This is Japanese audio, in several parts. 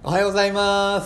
おはようございます。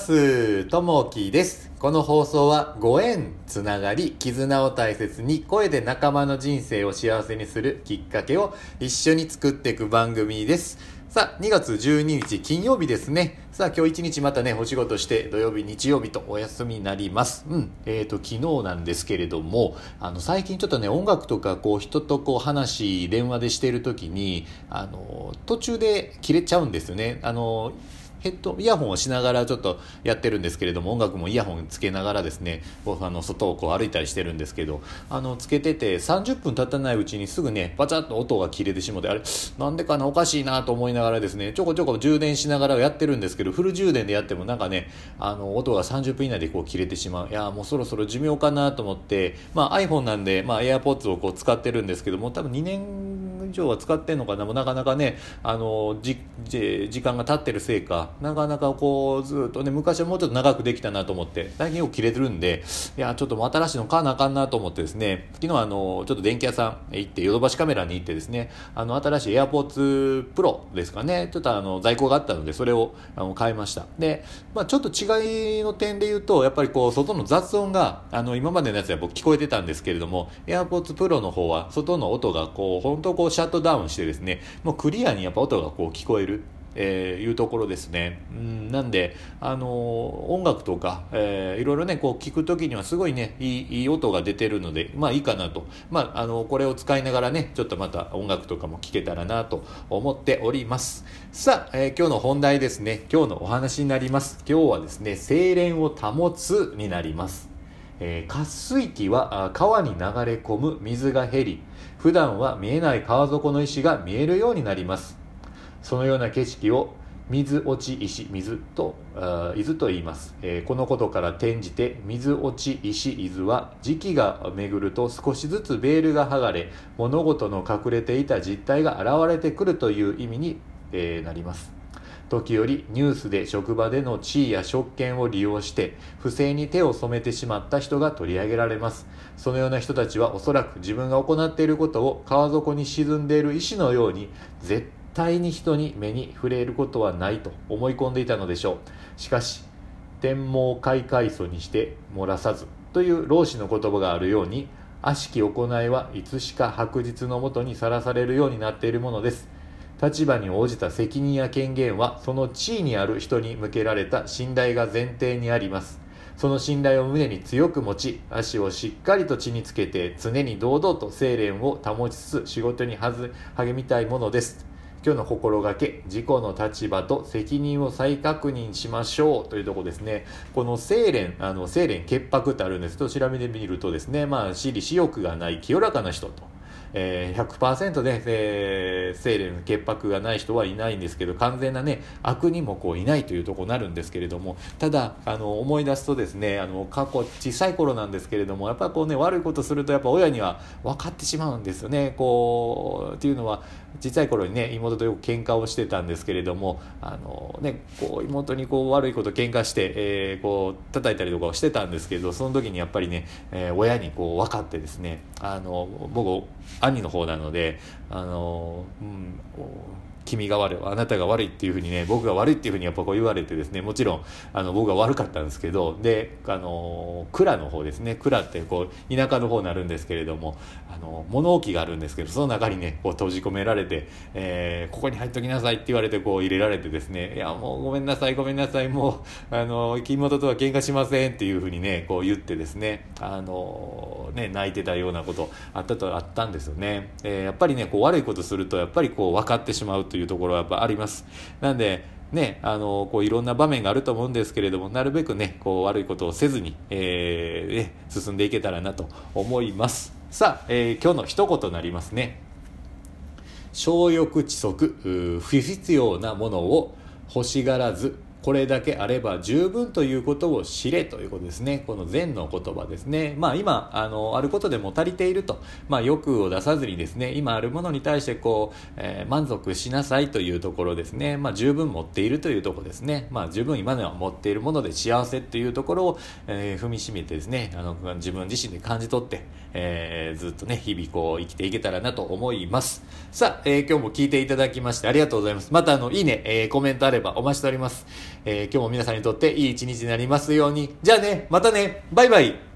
ともきです。この放送はご縁、つながり、絆を大切に声で仲間の人生を幸せにするきっかけを一緒に作っていく番組です。さあ、2月12日金曜日ですね。さあ、今日一日またね、お仕事して土曜日、日曜日とお休みになります。昨日なんですけれども、最近ちょっとね、音楽とか人と電話でしているときに、途中で切れちゃうんですよね。イヤホンをしながらちょっとやってるんですけれども、音楽もイヤホンつけながらですね、外を歩いたりしてるんですけど、つけてて30分経たないうちにすぐね、パチャッと音が切れてしまって、あれ、なんでかな、おかしいなと思いながらですね、ちょこちょこ充電しながらやってるんですけど、フル充電でやってもなんかね、音が30分以内で切れてしまう。いや、もうそろそろ寿命かなと思って、iPhone なんで、AirPods を使ってるんですけども、多分2年以上は使ってんのかな、もうなかなかね、時間が経ってるせいか、なかなかずっとね、昔はもうちょっと長くできたなと思って、最近よく切れてるんで、いや、ちょっともう新しいの買わなあかんなと思ってですね、昨日ちょっと電気屋さん行って、ヨドバシカメラに行ってですね、新しい AirPods Pro ですかね、ちょっと在庫があったので、それを買いました。で、ちょっと違いの点で言うと、やっぱり外の雑音が、今までのやつは僕聞こえてたんですけれども、AirPods Pro の方は、外の音が本当シャットダウンしてですね、もうクリアにやっぱ音が聞こえる。いうところですね。なんで、音楽とか、いろいろね、聞くときにはすごいね、いい音が出てるので、いいかなと。これを使いながらね、ちょっとまた音楽とかも聴けたらなと思っております。さあ、今日の本題ですね。今日のお話になります。今日はですね、清廉を保つになります。渇水期は川に流れ込む水が減り、普段は見えない川底の石が見えるようになります。そのような景色を水落ち石伊豆と言います。このことから転じて水落ち石伊豆は時期が巡ると少しずつベールが剥がれ、物事の隠れていた実態が現れてくるという意味に、なります。時折ニュースで職場での地位や職権を利用して不正に手を染めてしまった人が取り上げられます。そのような人たちはおそらく自分が行っていることを川底に沈んでいる石のように絶対に人に目に触れることはないと思い込んでいたのでしょう。しかし天網恢恢疎にして漏らさずという老子の言葉があるように、悪しき行いはいつしか白日の下にさらされるようになっているものです。立場に応じた責任や権限はその地位にある人に向けられた信頼が前提にあります。その信頼を胸に強く持ち、足をしっかりと地につけて常に堂々と清廉を保ちつつ仕事に励みたいものです。今日の心がけ、自己の立場と責任を再確認しましょうというところですね。この清廉潔白ってあるんですと、調べてみるとですね、私利私欲がない清らかな人と。100% で、清廉潔白がない人はいないんですけど、完全なね、悪人もいないというところになるんですけれども、ただ、思い出すとですね、過去、小さい頃なんですけれども、やっぱり悪いことすると、やっぱ親には分かってしまうんですよね。っていうのは、小さい頃にね、妹とよく喧嘩をしてたんですけれども、妹に悪いこと喧嘩して、叩いたりとかをしてたんですけど、その時にやっぱりね、親に分かってですね、僕、兄の方なので、君が悪い、あなたが悪いっていうふうにね、僕が悪いっていうふうにやっぱ言われてですね、もちろん僕が悪かったんですけど、で蔵の方ですね、蔵って田舎の方になるんですけれども、物置があるんですけど、その中にね閉じ込められて、ここに入っときなさいって言われて入れられてですね、いやもうごめんなさいもう妹とは喧嘩しませんっていうふうにね言ってですね、泣いてたようなことあったんですよね。やっぱりね悪いことするとやっぱり分かってしまうというところはやっぱあります。なんでね、いろんな場面があると思うんですけれども、なるべくね悪いことをせずに、進んでいけたらなと思います。さあ、今日の一言になりますね。小欲知足、不必要なものを欲しがらず、これだけあれば十分ということを知れということですね。この禅の言葉ですね。今あることでも足りていると、欲を出さずにですね、今あるものに対して満足しなさいというところですね。十分持っているというところですね。十分今では持っているもので幸せというところを、踏みしめてですね、自分自身で感じ取って、ずっとね日々生きていけたらなと思います。さあ、今日も聞いていただきましてありがとうございます。またいいね、コメントあればお待ちしております。 今日も皆さんにとっていい一日になりますように。じゃあね、またね、バイバイ。